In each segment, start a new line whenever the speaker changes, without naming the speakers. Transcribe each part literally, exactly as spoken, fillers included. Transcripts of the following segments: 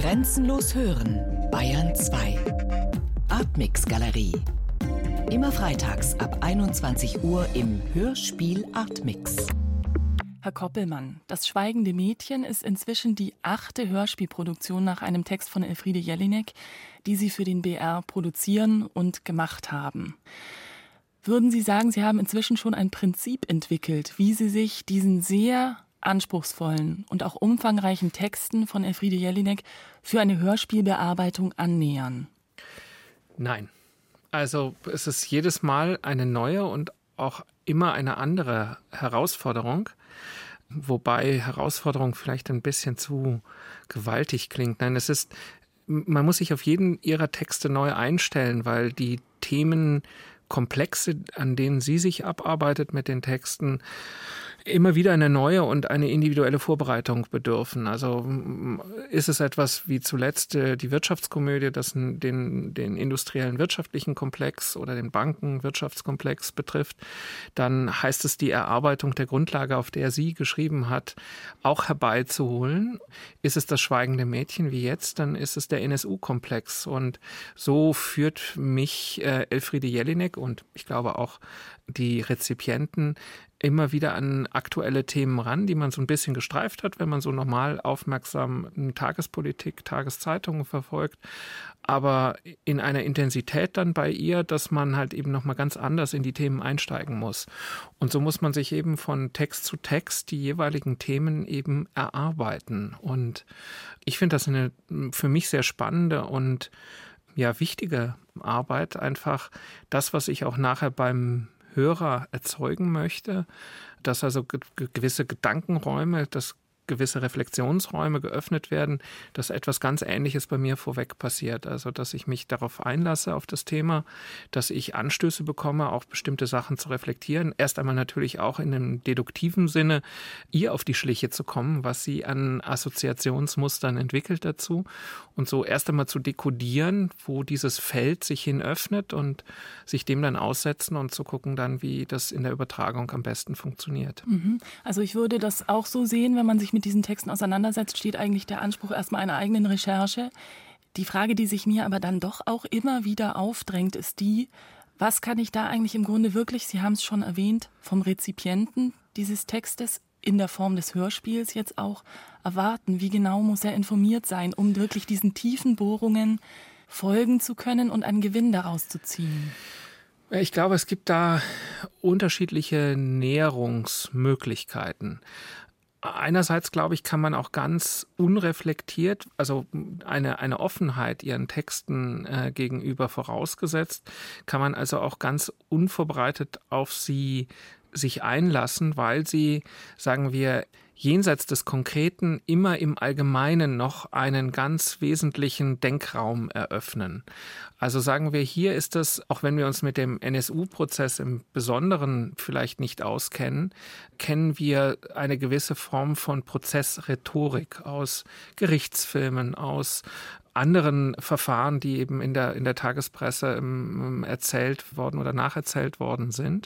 Grenzenlos hören, Bayern zwei. Artmix Galerie. Immer freitags ab einundzwanzig Uhr im Hörspiel Artmix.
Herr Koppelmann, Das schweigende Mädchen ist inzwischen die achte Hörspielproduktion nach einem Text von Elfriede Jelinek, die Sie für den B R produzieren und gemacht haben. Würden Sie sagen, Sie haben inzwischen schon ein Prinzip entwickelt, wie Sie sich diesen sehr anspruchsvollen und auch umfangreichen Texten von Elfriede Jelinek für eine Hörspielbearbeitung annähern?
Nein. Also es ist jedes Mal eine neue und auch immer eine andere Herausforderung. Wobei Herausforderung vielleicht ein bisschen zu gewaltig klingt. Nein, es ist, man muss sich auf jeden ihrer Texte neu einstellen, weil die Themenkomplexe, an denen sie sich abarbeitet mit den Texten, immer wieder eine neue und eine individuelle Vorbereitung bedürfen. Also ist es etwas wie zuletzt die Wirtschaftskomödie, das den, den industriellen wirtschaftlichen Komplex oder den Bankenwirtschaftskomplex betrifft, dann heißt es, die Erarbeitung der Grundlage, auf der sie geschrieben hat, auch herbeizuholen. Ist es das schweigende Mädchen wie jetzt, dann ist es der N S U-Komplex. Und so führt mich äh, Elfriede Jelinek und ich glaube auch die Rezipienten immer wieder an aktuelle Themen ran, die man so ein bisschen gestreift hat, wenn man so normal aufmerksam Tagespolitik, Tageszeitungen verfolgt, aber in einer Intensität dann bei ihr, dass man halt eben nochmal ganz anders in die Themen einsteigen muss. Und so muss man sich eben von Text zu Text die jeweiligen Themen eben erarbeiten. Und ich finde das eine für mich sehr spannende und ja wichtige Arbeit, einfach das, was ich auch nachher beim Hörer erzeugen möchte, dass also ge- gewisse Gedankenräume, dass gewisse Reflexionsräume geöffnet werden, dass etwas ganz Ähnliches bei mir vorweg passiert. Also, dass ich mich darauf einlasse, auf das Thema, dass ich Anstöße bekomme, auch bestimmte Sachen zu reflektieren. Erst einmal natürlich auch in einem deduktiven Sinne, ihr auf die Schliche zu kommen, was sie an Assoziationsmustern entwickelt dazu. Und so erst einmal zu dekodieren, wo dieses Feld sich hin öffnet und sich dem dann aussetzen und zu gucken dann, wie das in der Übertragung am besten funktioniert.
Also ich würde das auch so sehen, wenn man sich mit diesen Texten auseinandersetzt, steht eigentlich der Anspruch erstmal einer eigenen Recherche. Die Frage, die sich mir aber dann doch auch immer wieder aufdrängt, ist die, was kann ich da eigentlich im Grunde wirklich, Sie haben es schon erwähnt, vom Rezipienten dieses Textes in der Form des Hörspiels jetzt auch erwarten? Wie genau muss er informiert sein, um wirklich diesen tiefen Bohrungen folgen zu können und einen Gewinn daraus zu ziehen?
Ich glaube, es gibt da unterschiedliche Näherungsmöglichkeiten. Einerseits, glaube ich, kann man auch ganz unreflektiert, also eine, eine Offenheit ihren Texten äh, gegenüber vorausgesetzt, kann man also auch ganz unvorbereitet auf sie sich einlassen, weil sie, sagen wir, jenseits des Konkreten immer im Allgemeinen noch einen ganz wesentlichen Denkraum eröffnen. Also sagen wir, hier ist es, auch wenn wir uns mit dem N S U-Prozess im Besonderen vielleicht nicht auskennen, kennen wir eine gewisse Form von Prozessrhetorik aus Gerichtsfilmen, aus anderen Verfahren, die eben in der, in der Tagespresse ähm, erzählt worden oder nacherzählt worden sind.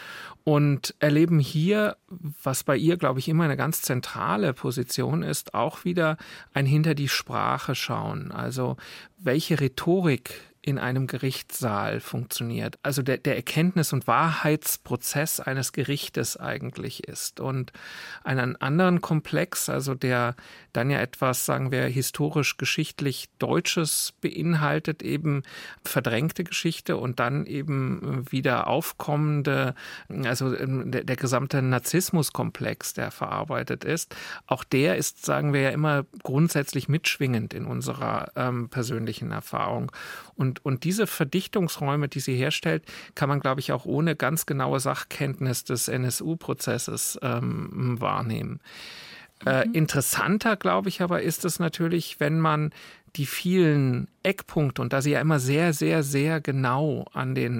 Und erleben hier, was bei ihr, glaube ich, immer eine ganz zentrale Position ist, auch wieder ein hinter die Sprache schauen. Also welche Rhetorik in einem Gerichtssaal funktioniert. Also der, der Erkenntnis- und Wahrheitsprozess eines Gerichtes eigentlich ist. Und einen anderen Komplex, also der dann ja etwas, sagen wir, historisch-geschichtlich Deutsches beinhaltet, eben verdrängte Geschichte und dann eben wieder aufkommende, also der, der gesamte Narzissmuskomplex, der verarbeitet ist. Auch der ist, sagen wir ja immer, grundsätzlich mitschwingend in unserer ähm, persönlichen Erfahrung. Und Und, und diese Verdichtungsräume, die sie herstellt, kann man, glaube ich, auch ohne ganz genaue Sachkenntnis des N S U-Prozesses ähm, wahrnehmen. Mhm. Äh, interessanter, glaube ich, aber ist es natürlich, wenn man die vielen Eckpunkte, und da sie ja immer sehr, sehr, sehr genau an den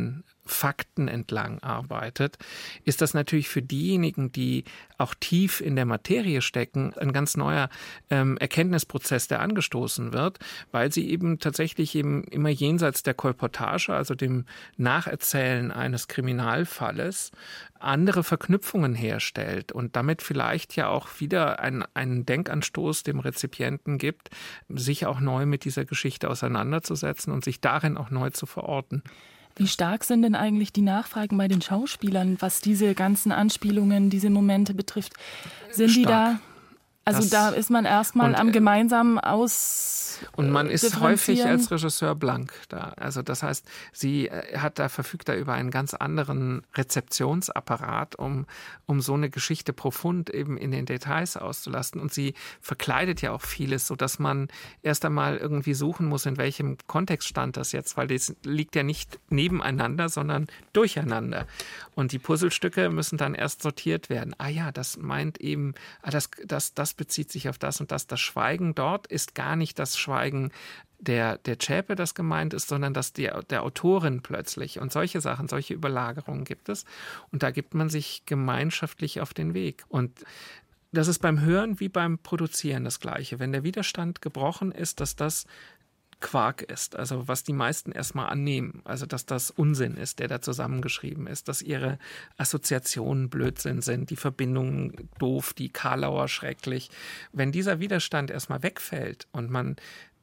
Fakten entlang arbeitet, ist das natürlich für diejenigen, die auch tief in der Materie stecken, ein ganz neuer ähm, Erkenntnisprozess, der angestoßen wird, weil sie eben tatsächlich eben immer jenseits der Kolportage, also dem Nacherzählen eines Kriminalfalles, andere Verknüpfungen herstellt und damit vielleicht ja auch wieder ein, einen Denkanstoß dem Rezipienten gibt, sich auch neu mit dieser Geschichte auseinanderzusetzen und sich darin auch neu zu verorten.
Wie stark sind denn eigentlich die Nachfragen bei den Schauspielern, was diese ganzen Anspielungen, diese Momente betrifft? Sind
Stark.
die da? Also
das,
da ist man erstmal am gemeinsamen Aus.
Und man
äh,
ist häufig als Regisseur blank da. Also das heißt, sie hat da verfügt da über einen ganz anderen Rezeptionsapparat, um, um so eine Geschichte profund eben in den Details auszulasten. Und sie verkleidet ja auch vieles, sodass man erst einmal irgendwie suchen muss, in welchem Kontext stand das jetzt, weil das liegt ja nicht nebeneinander, sondern durcheinander. Und die Puzzlestücke müssen dann erst sortiert werden. Ah ja, das meint eben, ah, das, das, das bezieht sich auf das und das. Das Schweigen dort ist gar nicht das Schweigen der, der Zschäpe, das gemeint ist, sondern das der, der Autorin plötzlich. Und solche Sachen, solche Überlagerungen gibt es. Und da gibt man sich gemeinschaftlich auf den Weg. Und das ist beim Hören wie beim Produzieren das Gleiche. Wenn der Widerstand gebrochen ist, dass das Quark ist, also was die meisten erstmal annehmen, also dass das Unsinn ist, der da zusammengeschrieben ist, dass ihre Assoziationen Blödsinn sind, die Verbindungen doof, die Karlauer schrecklich. Wenn dieser Widerstand erstmal wegfällt und man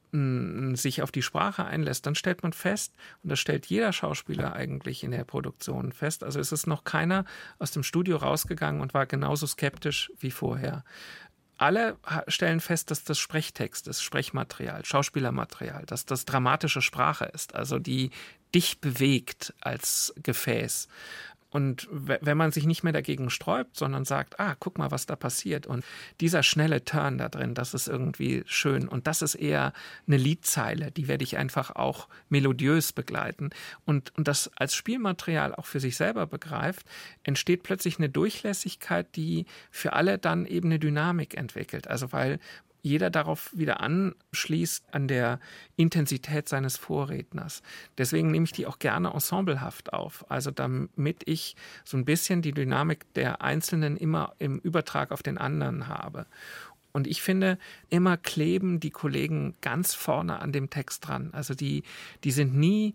mh, sich auf die Sprache einlässt, dann stellt man fest, und das stellt jeder Schauspieler eigentlich in der Produktion fest, also es ist noch keiner aus dem Studio rausgegangen und war genauso skeptisch wie vorher. Alle stellen fest, dass das Sprechtext ist, Sprechmaterial, Schauspielermaterial, dass das dramatische Sprache ist, also die dich bewegt als Gefäß. Und wenn man sich nicht mehr dagegen sträubt, sondern sagt, ah, guck mal, was da passiert. Und dieser schnelle Turn da drin, das ist irgendwie schön. Und das ist eher eine Liedzeile, die werde ich einfach auch melodiös begleiten. Und, und das als Spielmaterial auch für sich selber begreift, entsteht plötzlich eine Durchlässigkeit, die für alle dann eben eine Dynamik entwickelt. Also weil jeder darauf wieder anschließt an der Intensität seines Vorredners. Deswegen nehme ich die auch gerne ensemblehaft auf. Also damit ich so ein bisschen die Dynamik der Einzelnen immer im Übertrag auf den anderen habe. Und ich finde, immer kleben die Kollegen ganz vorne an dem Text dran. Also die, die sind nie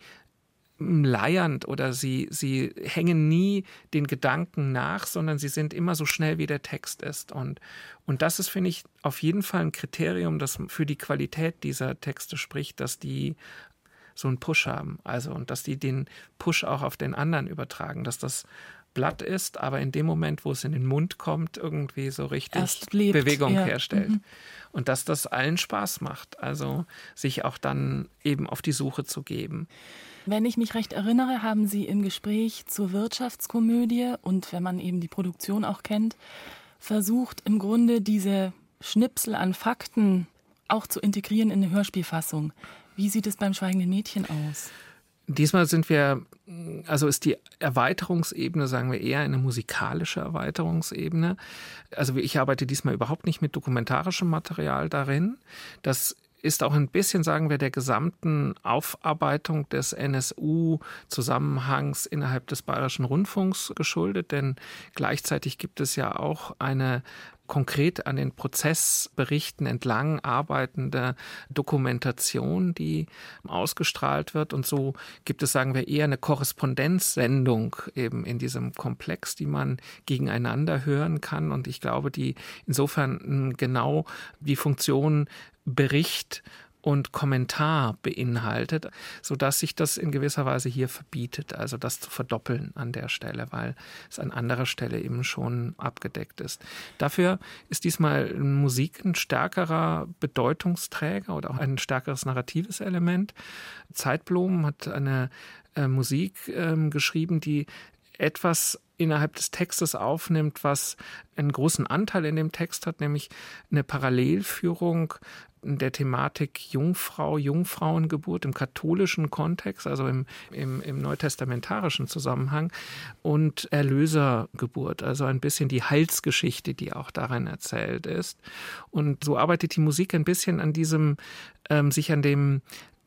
leiernd oder sie, sie hängen nie den Gedanken nach, sondern sie sind immer so schnell, wie der Text ist. Und, und das ist, finde ich, auf jeden Fall ein Kriterium, das für die Qualität dieser Texte spricht, dass die so einen Push haben. Also, und dass die den Push auch auf den anderen übertragen, dass das Blatt ist, aber in dem Moment, wo es in den Mund kommt, irgendwie so richtig Bewegung ja. herstellt. Mhm. Und dass das allen Spaß macht. Also sich auch dann eben auf die Suche zu geben.
Wenn ich mich recht erinnere, haben Sie im Gespräch zur Wirtschaftskomödie und wenn man eben die Produktion auch kennt, versucht im Grunde diese Schnipsel an Fakten auch zu integrieren in eine Hörspielfassung. Wie sieht es beim Schweigenden Mädchen aus?
Diesmal sind wir, also ist die Erweiterungsebene, sagen wir eher eine musikalische Erweiterungsebene. Also ich arbeite diesmal überhaupt nicht mit dokumentarischem Material darin. Das ist auch ein bisschen, sagen wir, der gesamten Aufarbeitung des N S U-Zusammenhangs innerhalb des Bayerischen Rundfunks geschuldet, denn gleichzeitig gibt es ja auch eine konkret an den Prozessberichten entlang arbeitende Dokumentation, die ausgestrahlt wird. Und so gibt es, sagen wir, eher eine Korrespondenzsendung eben in diesem Komplex, die man gegeneinander hören kann. Und ich glaube, die insofern genau die Funktion Bericht und Kommentar beinhaltet, sodass sich das in gewisser Weise hier verbietet, also das zu verdoppeln an der Stelle, weil es an anderer Stelle eben schon abgedeckt ist. Dafür ist diesmal Musik ein stärkerer Bedeutungsträger oder auch ein stärkeres narratives Element. Zeitblom hat eine äh, Musik äh, geschrieben, die etwas innerhalb des Textes aufnimmt, was einen großen Anteil in dem Text hat, nämlich eine Parallelführung der Thematik Jungfrau, Jungfrauengeburt im katholischen Kontext, also im, im, im neutestamentarischen Zusammenhang und Erlösergeburt, also ein bisschen die Heilsgeschichte, die auch darin erzählt ist. Und so arbeitet die Musik ein bisschen an diesem, ähm, sich an dem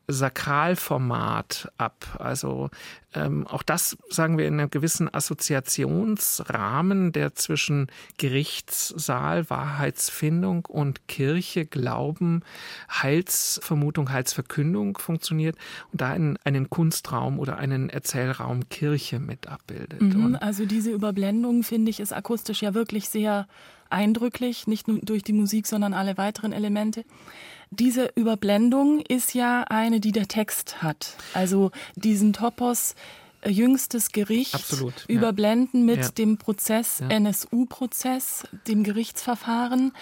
Sakralformat ab. Also ähm, auch das, sagen wir, in einem gewissen Assoziationsrahmen, der zwischen Gerichtssaal, Wahrheitsfindung und Kirche, Glauben, Heilsvermutung, Heilsverkündung funktioniert und da einen, einen Kunstraum oder einen Erzählraum Kirche mit abbildet.
Mhm, also diese Überblendung, finde ich, ist akustisch ja wirklich sehr eindrücklich, nicht nur durch die Musik, sondern alle weiteren Elemente. Diese Überblendung ist ja eine, die der Text hat. Also diesen Topos äh, jüngstes Gericht
Absolut, ja.
überblenden mit
Ja.
dem Prozess,
Ja.
N S U-Prozess, dem Gerichtsverfahren.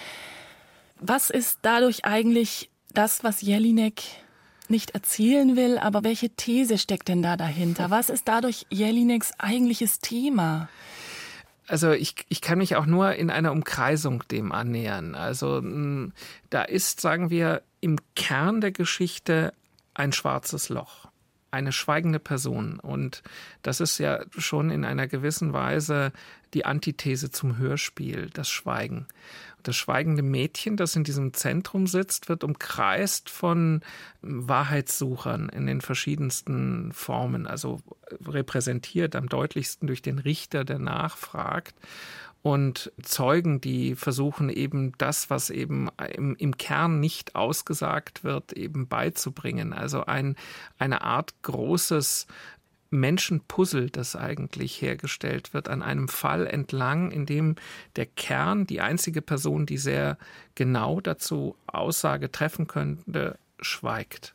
Was ist dadurch eigentlich das, was Jelinek nicht erzählen will, aber welche These steckt denn da dahinter? Was ist dadurch Jelineks eigentliches Thema?
Also ich, ich kann mich auch nur in einer Umkreisung dem annähern. Also mh, da ist, sagen wir, im Kern der Geschichte ein schwarzes Loch, eine schweigende Person. Und das ist ja schon in einer gewissen Weise die Antithese zum Hörspiel, das Schweigen. Das schweigende Mädchen, das in diesem Zentrum sitzt, wird umkreist von Wahrheitssuchern in den verschiedensten Formen, also repräsentiert am deutlichsten durch den Richter, der nachfragt, und Zeugen, die versuchen eben das, was eben im, im Kern nicht ausgesagt wird, eben beizubringen. Also ein, eine Art großes Menschenpuzzle, das eigentlich hergestellt wird, an einem Fall entlang, in dem der Kern, die einzige Person, die sehr genau dazu Aussage treffen könnte, schweigt.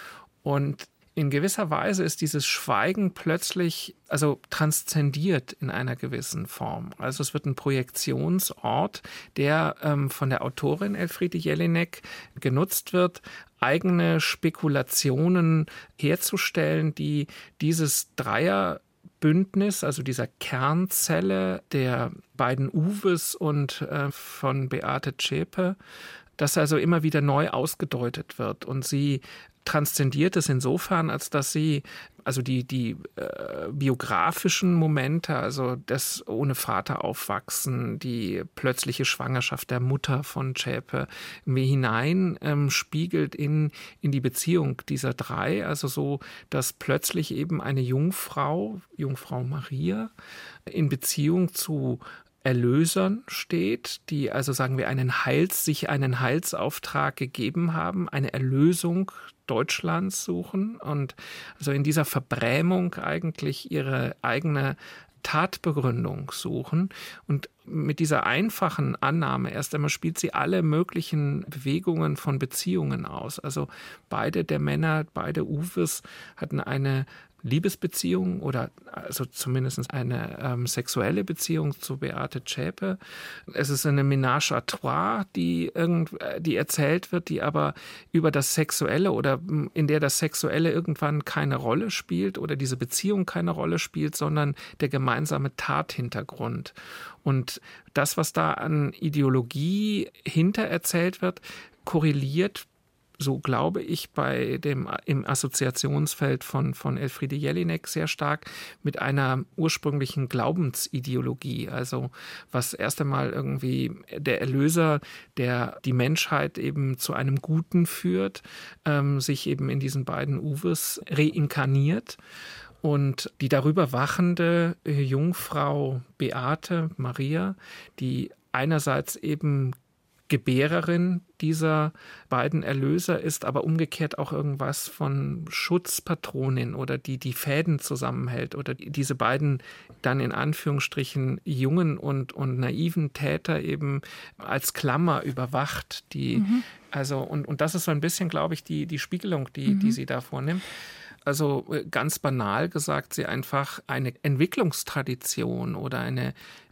Und in gewisser Weise ist dieses Schweigen plötzlich, also transzendiert in einer gewissen Form. Also es wird ein Projektionsort, der ähm, von der Autorin Elfriede Jelinek genutzt wird, eigene Spekulationen herzustellen, die dieses Dreierbündnis, also dieser Kernzelle der beiden Uwes und äh, von Beate Zschäpe, das also immer wieder neu ausgedeutet wird. Und sie transzendiert es insofern, als dass sie also die, die äh, biografischen Momente, also das ohne Vater aufwachsen, die plötzliche Schwangerschaft der Mutter von Zschäpe mir hinein ähm, spiegelt in, in die Beziehung dieser drei, also so, dass plötzlich eben eine Jungfrau, Jungfrau Maria, in Beziehung zu Erlösern steht, die also, sagen wir, einen Heils, sich einen Heilsauftrag gegeben haben, eine Erlösung Deutschlands suchen und also in dieser Verbrämung eigentlich ihre eigene Tatbegründung suchen. Und mit dieser einfachen Annahme, erst einmal spielt sie alle möglichen Bewegungen von Beziehungen aus. Also beide der Männer, beide Uwes hatten eine Liebesbeziehung oder also zumindest eine ähm, sexuelle Beziehung zu Beate Zschäpe. Es ist eine Ménage à trois, die, irgend, die erzählt wird, die aber über das Sexuelle oder in der das Sexuelle irgendwann keine Rolle spielt oder diese Beziehung keine Rolle spielt, sondern der gemeinsame Tathintergrund. Und das, was da an Ideologie hintererzählt wird, korreliert, so glaube ich, bei dem im Assoziationsfeld von, von Elfriede Jelinek sehr stark mit einer ursprünglichen Glaubensideologie. Also was erst einmal irgendwie der Erlöser, der die Menschheit eben zu einem Guten führt, ähm, sich eben in diesen beiden Uwes reinkarniert. Und die darüber wachende Jungfrau Beate Maria, die einerseits eben Gebärerin dieser beiden Erlöser ist, aber umgekehrt auch irgendwas von Schutzpatronin oder die die Fäden zusammenhält oder diese beiden dann in Anführungsstrichen jungen und, und naiven Täter eben als Klammer überwacht. Die, mhm. also, und, und das ist so ein bisschen, glaube ich, die, die Spiegelung, die, mhm. die sie da vornimmt. Also ganz banal gesagt, sie einfach eine Entwicklungstradition oder eine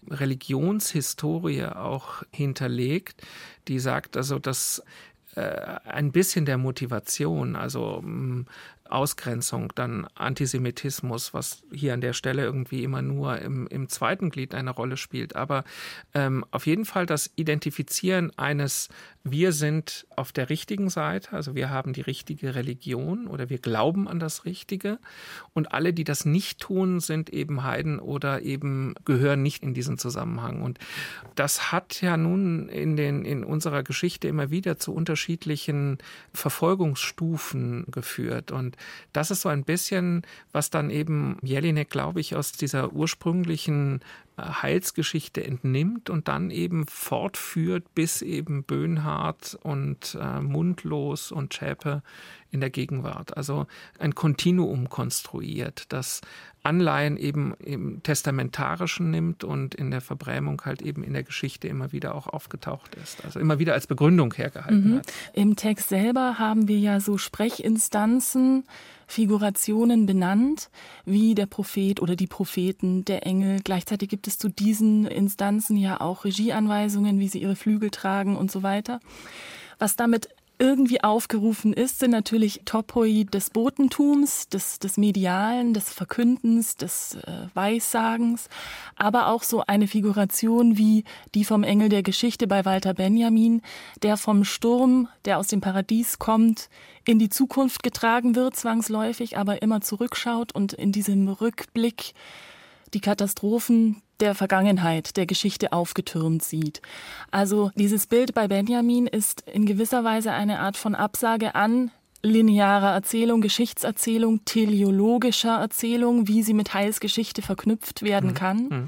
Religionshistorie auch hinterlegt, die sagt also, dass äh, ein bisschen der Motivation, also mh, Ausgrenzung, dann Antisemitismus, was hier an der Stelle irgendwie immer nur im, im zweiten Glied eine Rolle spielt. Aber ähm, auf jeden Fall das Identifizieren eines, wir sind auf der richtigen Seite, also wir haben die richtige Religion oder wir glauben an das Richtige und alle, die das nicht tun, sind eben Heiden oder eben gehören nicht in diesen Zusammenhang. Und das hat ja nun in, den, in unserer Geschichte immer wieder zu unterschiedlichen unterschiedlichen Verfolgungsstufen geführt. Und das ist so ein bisschen, was dann eben Jelinek, glaube ich, aus dieser ursprünglichen Heilsgeschichte entnimmt und dann eben fortführt bis eben Böhnhardt und äh, Mundlos und Zschäpe in der Gegenwart. Also ein Kontinuum konstruiert, das Anleihen eben im Testamentarischen nimmt und in der Verbrämung halt eben in der Geschichte immer wieder auch aufgetaucht ist. Also immer wieder als Begründung hergehalten
mhm.
hat.
Im Text selber haben wir ja so Sprechinstanzen, Figurationen benannt, wie der Prophet oder die Propheten, der Engel. Gleichzeitig gibt es zu diesen Instanzen ja auch Regieanweisungen, wie sie ihre Flügel tragen und so weiter. Was damit irgendwie aufgerufen ist, sind natürlich Topoi des Botentums, des, des Medialen, des Verkündens, des äh, Weissagens, aber auch so eine Figuration wie die vom Engel der Geschichte bei Walter Benjamin, der vom Sturm, der aus dem Paradies kommt, in die Zukunft getragen wird, zwangsläufig, aber immer zurückschaut und in diesem Rückblick die Katastrophen der Vergangenheit, der Geschichte aufgetürmt sieht. Also dieses Bild bei Benjamin ist in gewisser Weise eine Art von Absage an linearer Erzählung, Geschichtserzählung, teleologischer Erzählung, wie sie mit Heilsgeschichte verknüpft werden kann. Mhm.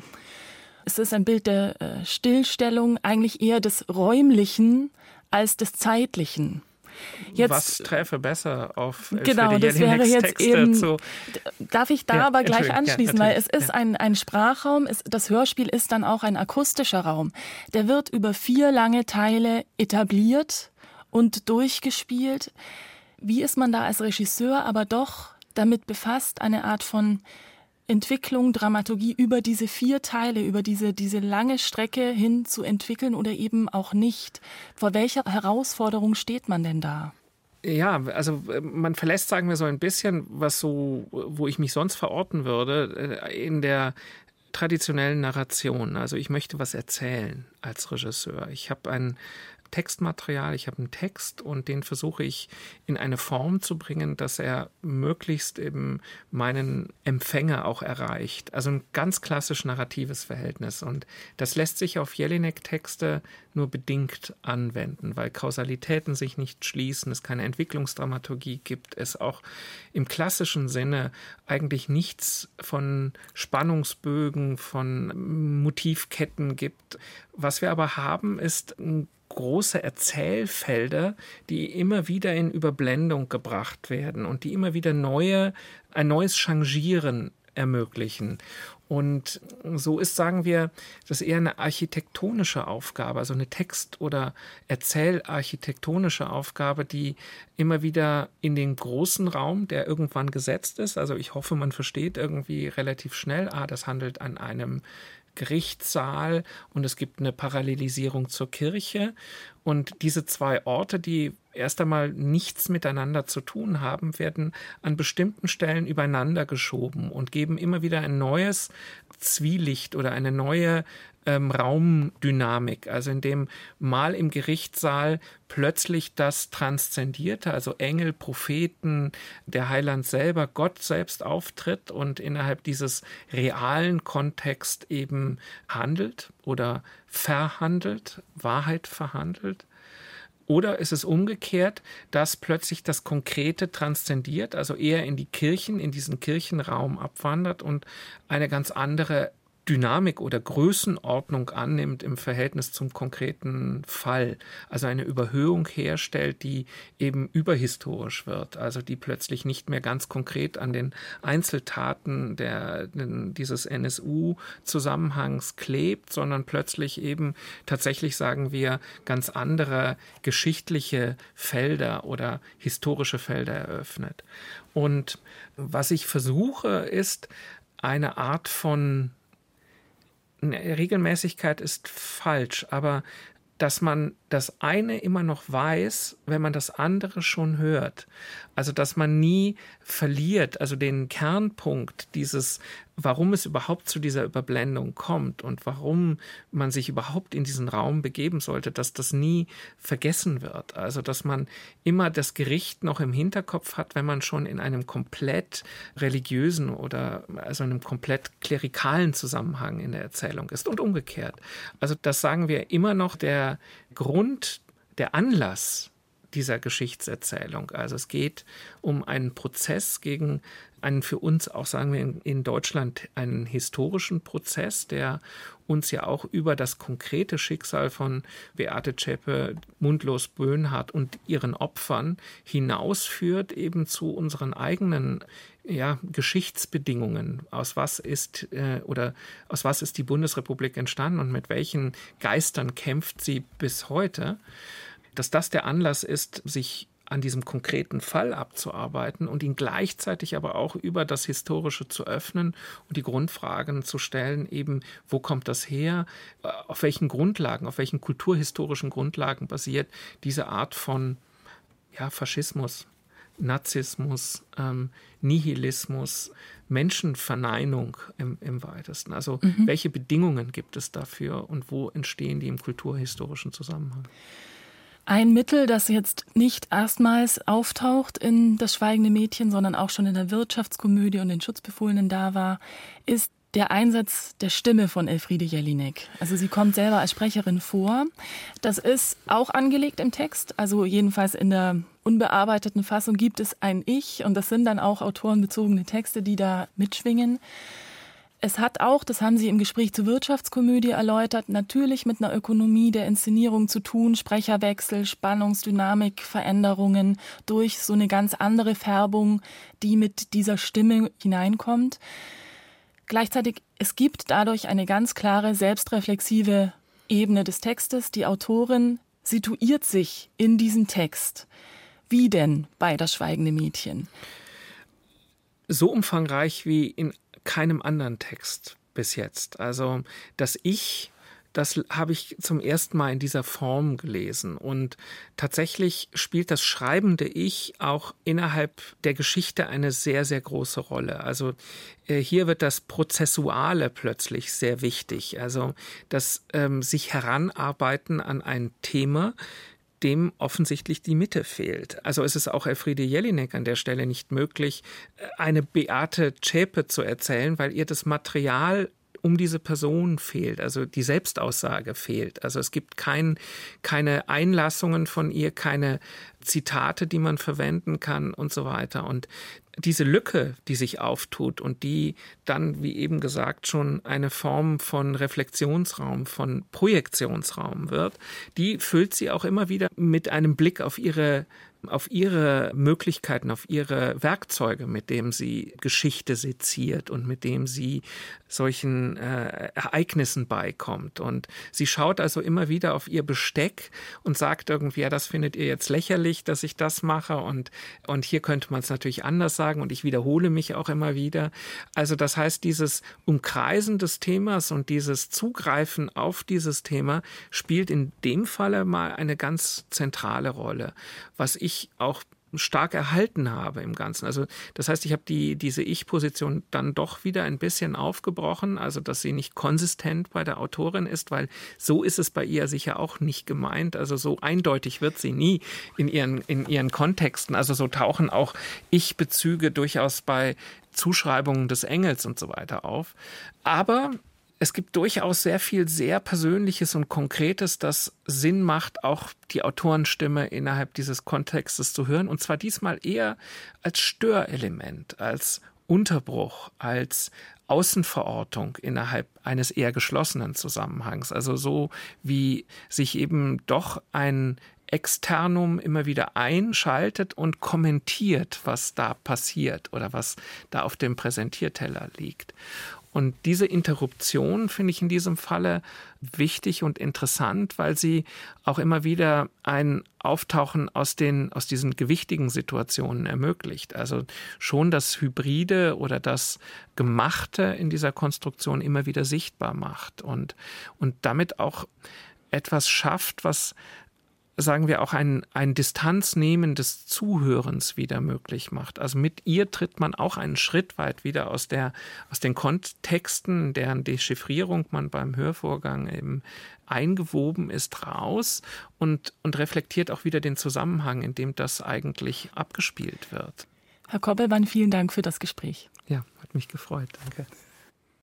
Es ist ein Bild der äh, Stillstellung, eigentlich eher des Räumlichen als des Zeitlichen.
Jetzt, was träfe besser auf
genau, für die das wäre jetzt
Texte
eben,
zu.
Darf ich da ja, aber gleich anschließen,
ja,
weil es ist ja. ein, ein Sprachraum, es, das Hörspiel ist dann auch ein akustischer Raum. Der wird über vier lange Teile etabliert und durchgespielt. Wie ist man da als Regisseur aber doch damit befasst, eine Art von Entwicklung, Dramaturgie über diese vier Teile, über diese, diese lange Strecke hin zu entwickeln oder eben auch nicht? Vor welcher Herausforderung steht man denn da?
Ja, also man verlässt, sagen wir so ein bisschen, was so, wo ich mich sonst verorten würde, in der traditionellen Narration. Also ich möchte was erzählen als Regisseur. Ich habe ein Textmaterial, ich habe einen Text und den versuche ich in eine Form zu bringen, dass er möglichst eben meinen Empfänger auch erreicht. Also ein ganz klassisch narratives Verhältnis. Und das lässt sich auf Jelinek-Texte nur bedingt anwenden, weil Kausalitäten sich nicht schließen, es keine Entwicklungsdramaturgie gibt, es auch im klassischen Sinne eigentlich nichts von Spannungsbögen, von Motivketten gibt. Was wir aber haben, ist ein große Erzählfelder, die immer wieder in Überblendung gebracht werden und die immer wieder neue, ein neues Changieren ermöglichen. Und so ist, sagen wir, das eher eine architektonische Aufgabe, also eine Text- oder Erzählarchitektonische Aufgabe, die immer wieder in den großen Raum, der irgendwann gesetzt ist, also ich hoffe, man versteht irgendwie relativ schnell, ah, das handelt an einem Gerichtssaal und es gibt eine Parallelisierung zur Kirche. Und diese zwei Orte, die erst einmal nichts miteinander zu tun haben, werden an bestimmten Stellen übereinander geschoben und geben immer wieder ein neues Zwielicht oder eine neue ähm, Raumdynamik. Also in dem mal im Gerichtssaal plötzlich das Transzendierte, also Engel, Propheten, der Heiland selber, Gott selbst auftritt und innerhalb dieses realen Kontext eben handelt oder verhandelt, Wahrheit verhandelt. Oder ist es umgekehrt, dass plötzlich das Konkrete transzendiert, also eher in die Kirchen, in diesen Kirchenraum abwandert und eine ganz andere Dynamik oder Größenordnung annimmt im Verhältnis zum konkreten Fall. Also eine Überhöhung herstellt, die eben überhistorisch wird, also die plötzlich nicht mehr ganz konkret an den Einzeltaten der, dieses N S U-Zusammenhangs klebt, sondern plötzlich eben tatsächlich, sagen wir, ganz andere geschichtliche Felder oder historische Felder eröffnet. Und was ich versuche, ist eine Art von Regelmäßigkeit ist falsch, aber dass man das eine immer noch weiß, wenn man das andere schon hört. Also dass man nie verliert, also den Kernpunkt dieses, warum es überhaupt zu dieser Überblendung kommt und warum man sich überhaupt in diesen Raum begeben sollte, dass das nie vergessen wird. Also dass man immer das Gericht noch im Hinterkopf hat, wenn man schon in einem komplett religiösen oder also einem komplett klerikalen Zusammenhang in der Erzählung ist und umgekehrt. Also das sagen wir immer noch, der Grund, der Anlass dieser Geschichtserzählung. Also es geht um einen Prozess gegen einen für uns auch, sagen wir in, in Deutschland, einen historischen Prozess, der uns ja auch über das konkrete Schicksal von Beate Zschäpe, Mundlos Böhnhardt und ihren Opfern hinausführt, eben zu unseren eigenen ja, Geschichtsbedingungen. Aus was ist äh, oder aus was ist die Bundesrepublik entstanden und mit welchen Geistern kämpft sie bis heute? Dass das der Anlass ist, sich an diesem konkreten Fall abzuarbeiten und ihn gleichzeitig aber auch über das Historische zu öffnen und die Grundfragen zu stellen, eben, wo kommt das her, auf welchen Grundlagen, auf welchen kulturhistorischen Grundlagen basiert diese Art von ja, Faschismus, Nazismus, ähm, Nihilismus, Menschenverneinung im, im weitesten. Also mhm. welche Bedingungen gibt es dafür und wo entstehen die im kulturhistorischen Zusammenhang?
Ein Mittel, das jetzt nicht erstmals auftaucht in Das schweigende Mädchen, sondern auch schon in der Wirtschaftskomödie und den Schutzbefohlenen da war, ist der Einsatz der Stimme von Elfriede Jelinek. Also sie kommt selber als Sprecherin vor. Das ist auch angelegt im Text, also jedenfalls in der unbearbeiteten Fassung gibt es ein Ich und das sind dann auch autorenbezogene Texte, die da mitschwingen. Es hat auch, das haben Sie im Gespräch zur Wirtschaftskomödie erläutert, natürlich mit einer Ökonomie der Inszenierung zu tun, Sprecherwechsel, Spannungsdynamik, Veränderungen durch so eine ganz andere Färbung, die mit dieser Stimme hineinkommt. Gleichzeitig, es gibt dadurch eine ganz klare selbstreflexive Ebene des Textes. Die Autorin situiert sich in diesem Text. Wie denn bei Das schweigende Mädchen?
So umfangreich wie in keinem anderen Text bis jetzt. Also das Ich, das habe ich zum ersten Mal in dieser Form gelesen. Und tatsächlich spielt das schreibende Ich auch innerhalb der Geschichte eine sehr, sehr große Rolle. Also äh, hier wird das Prozessuale plötzlich sehr wichtig. Also das ähm, sich heranarbeiten an ein Thema, dem offensichtlich die Mitte fehlt. Also es ist auch Elfriede Jelinek an der Stelle nicht möglich, eine Beate Zschäpe zu erzählen, weil ihr das Material um diese Person fehlt, also die Selbstaussage fehlt. Also es gibt kein, keine Einlassungen von ihr, keine Zitate, die man verwenden kann und so weiter. Und diese Lücke, die sich auftut und die dann, wie eben gesagt, schon eine Form von Reflexionsraum, von Projektionsraum wird, die füllt sie auch immer wieder mit einem Blick auf ihre auf ihre Möglichkeiten, auf ihre Werkzeuge, mit dem sie Geschichte seziert und mit dem sie solchen äh, Ereignissen beikommt. Und sie schaut also immer wieder auf ihr Besteck und sagt irgendwie, ja, das findet ihr jetzt lächerlich, dass ich das mache und, und hier könnte man es natürlich anders sagen und ich wiederhole mich auch immer wieder. Also das heißt, dieses Umkreisen des Themas und dieses Zugreifen auf dieses Thema spielt in dem Falle mal eine ganz zentrale Rolle, was ich ich auch stark erhalten habe im Ganzen. Also das heißt, ich habe die, diese Ich-Position dann doch wieder ein bisschen aufgebrochen, also dass sie nicht konsistent bei der Autorin ist, weil so ist es bei ihr sicher auch nicht gemeint. Also so eindeutig wird sie nie in ihren, in ihren Kontexten. Also so tauchen auch Ich-Bezüge durchaus bei Zuschreibungen des Engels und so weiter auf. Aber es gibt durchaus sehr viel sehr Persönliches und Konkretes, das Sinn macht, auch die Autorenstimme innerhalb dieses Kontextes zu hören. Und zwar diesmal eher als Störelement, als Unterbruch, als Außenverortung innerhalb eines eher geschlossenen Zusammenhangs. Also so wie sich eben doch ein Externum immer wieder einschaltet und kommentiert, was da passiert oder was da auf dem Präsentierteller liegt. Und diese Interruption finde ich in diesem Falle wichtig und interessant, weil sie auch immer wieder ein Auftauchen aus den, aus diesen gewichtigen Situationen ermöglicht. Also schon das Hybride oder das Gemachte in dieser Konstruktion immer wieder sichtbar macht und, und damit auch etwas schafft, was, sagen wir, auch ein, ein Distanznehmen des Zuhörens wieder möglich macht. Also mit ihr tritt man auch einen Schritt weit wieder aus, der, aus den Kontexten, deren Dechiffrierung man beim Hörvorgang eben eingewoben ist, raus und, und reflektiert auch wieder den Zusammenhang, in dem das eigentlich abgespielt wird.
Herr Koppelmann, vielen Dank für das Gespräch.
Ja, hat mich gefreut. Danke.